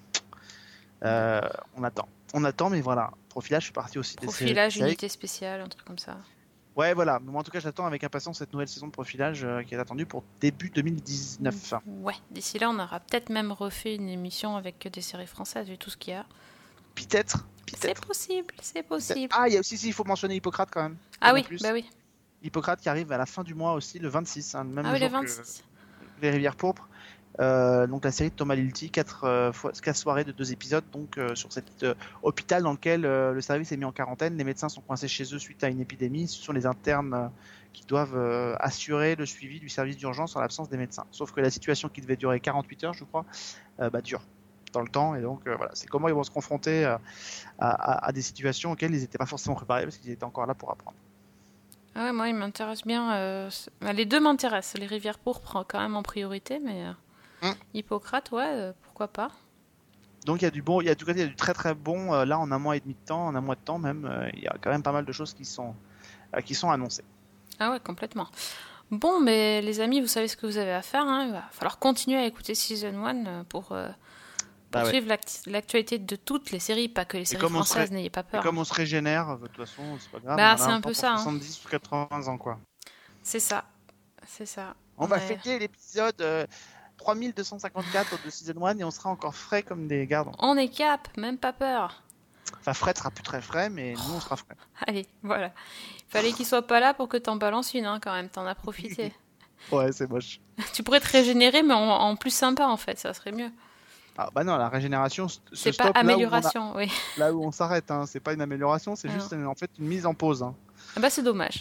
on attend, mais voilà. Profilage fait partie aussi des séries. Profilage, unité spéciale, un truc comme ça. Ouais, voilà. Mais moi, en tout cas, j'attends avec impatience cette nouvelle saison de Profilage qui est attendue pour début 2019. Ouais, d'ici là, on aura peut-être même refait une émission avec des séries françaises, vu tout ce qu'il y a. Peut-être. C'est possible. Ah, il y a aussi, il faut mentionner Hippocrate quand même. Ah oui, bah oui. Hippocrate qui arrive à la fin du mois aussi, le 26, le même jour le 26. Que Les Rivières Pourpres. Donc la série de Thomas Lilti, 4 soirées de 2 épisodes donc sur cet hôpital dans lequel le service est mis en quarantaine. Les médecins sont coincés chez eux suite à une épidémie. Ce sont les internes qui doivent assurer le suivi du service d'urgence en l'absence des médecins. Sauf que la situation qui devait durer 48 heures, je crois, dure dans le temps. Et donc voilà, c'est comment ils vont se confronter à des situations auxquelles ils n'étaient pas forcément préparés parce qu'ils étaient encore là pour apprendre. Ah ouais, moi, il m'intéresse bien. Les deux m'intéressent. Les Rivières Pourpres quand même en priorité, mais Hippocrate, ouais, pourquoi pas. Donc il y a du bon, il y a du très très bon là en un mois et demi de temps, en un mois de temps même, il y a quand même pas mal de choses qui sont annoncées. Ah ouais, complètement. Bon, mais les amis, vous savez ce que vous avez à faire. Il va falloir continuer à écouter Season 1 pour suivre l'actualité de toutes les séries, pas que les séries françaises, n'ayez pas peur. Et comme on se régénère, de toute façon, c'est pas grave. C'est un peu ça. 70 ou 80 ans, quoi. C'est ça. On va fêter l'épisode 3254 de Season 1 et on sera encore frais comme des gardes. On est cap, même pas peur. Enfin, Fred sera plus très frais, mais nous, on sera frais. Allez, voilà. Il fallait qu'il soit pas là pour que t'en balances une, quand même. T'en as profité. Ouais, c'est moche. Tu pourrais te régénérer, mais en plus sympa, en fait. Ça serait mieux. Ah bah non, la régénération c'est pas amélioration, oui. Là où on s'arrête, c'est pas une amélioration, c'est juste en fait une mise en pause. Ah bah c'est dommage.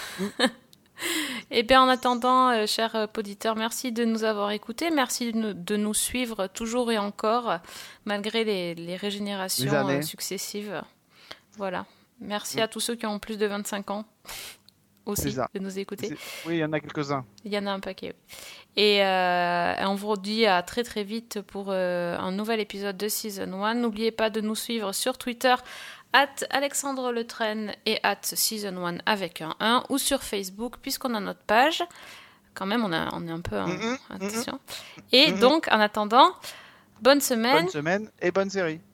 Et bien en attendant, chers auditeurs, merci de nous avoir écoutés, merci de nous suivre toujours et encore, malgré les régénérations successives. Voilà. Merci à tous ceux qui ont plus de 25 ans aussi de nous écouter. Oui, il y en a quelques-uns. Il y en a un paquet, oui. Et on vous dit à très très vite pour un nouvel épisode de Season 1. N'oubliez pas de nous suivre sur Twitter @AlexandreLetraine et @Season1 avec un 1 ou sur Facebook puisqu'on a notre page. Quand même, on est un peu attention. Et donc, en attendant, bonne semaine. Bonne semaine et bonne série.